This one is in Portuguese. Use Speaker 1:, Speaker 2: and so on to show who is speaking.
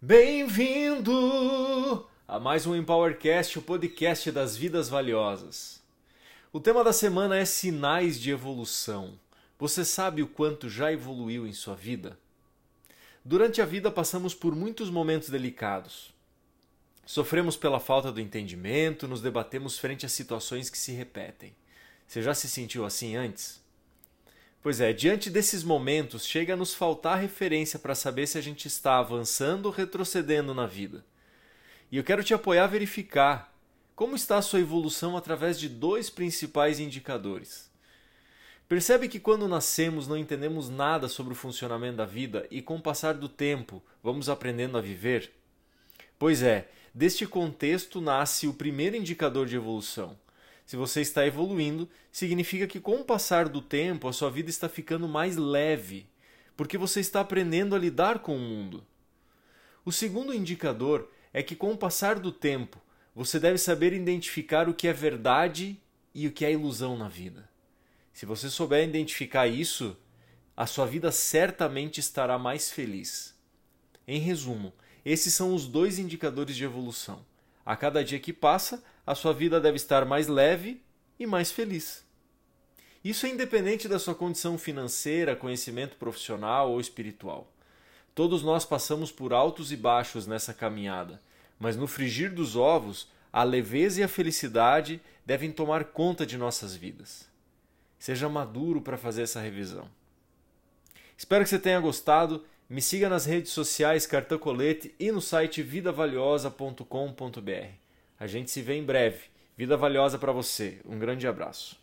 Speaker 1: Bem-vindo a mais um Empowercast, o podcast das vidas valiosas. O tema da semana é sinais de evolução. Você sabe o quanto já evoluiu em sua vida? Durante a vida passamos por muitos momentos delicados. Sofremos pela falta do entendimento, nos debatemos frente a situações que se repetem. Você já se sentiu assim antes? Pois é, diante desses momentos chega a nos faltar referência para saber se a gente está avançando ou retrocedendo na vida. E eu quero te apoiar a verificar como está a sua evolução através de dois principais indicadores. Percebe que quando nascemos não entendemos nada sobre o funcionamento da vida e com o passar do tempo vamos aprendendo a viver? Pois é, deste contexto nasce o primeiro indicador de evolução. Se você está evoluindo, significa que com o passar do tempo a sua vida está ficando mais leve, porque você está aprendendo a lidar com o mundo. O segundo indicador é que com o passar do tempo você deve saber identificar o que é verdade e o que é ilusão na vida. Se você souber identificar isso, a sua vida certamente estará mais feliz. Em resumo, esses são os dois indicadores de evolução. A cada dia que passa, a sua vida deve estar mais leve e mais feliz. Isso é independente da sua condição financeira, conhecimento profissional ou espiritual. Todos nós passamos por altos e baixos nessa caminhada, mas no frigir dos ovos, a leveza e a felicidade devem tomar conta de nossas vidas. Seja maduro para fazer essa revisão. Espero que você tenha gostado. Me siga nas redes sociais Cartão Colete e no site vidavaliosa.com.br. A gente se vê em breve. Vida valiosa para você. Um grande abraço.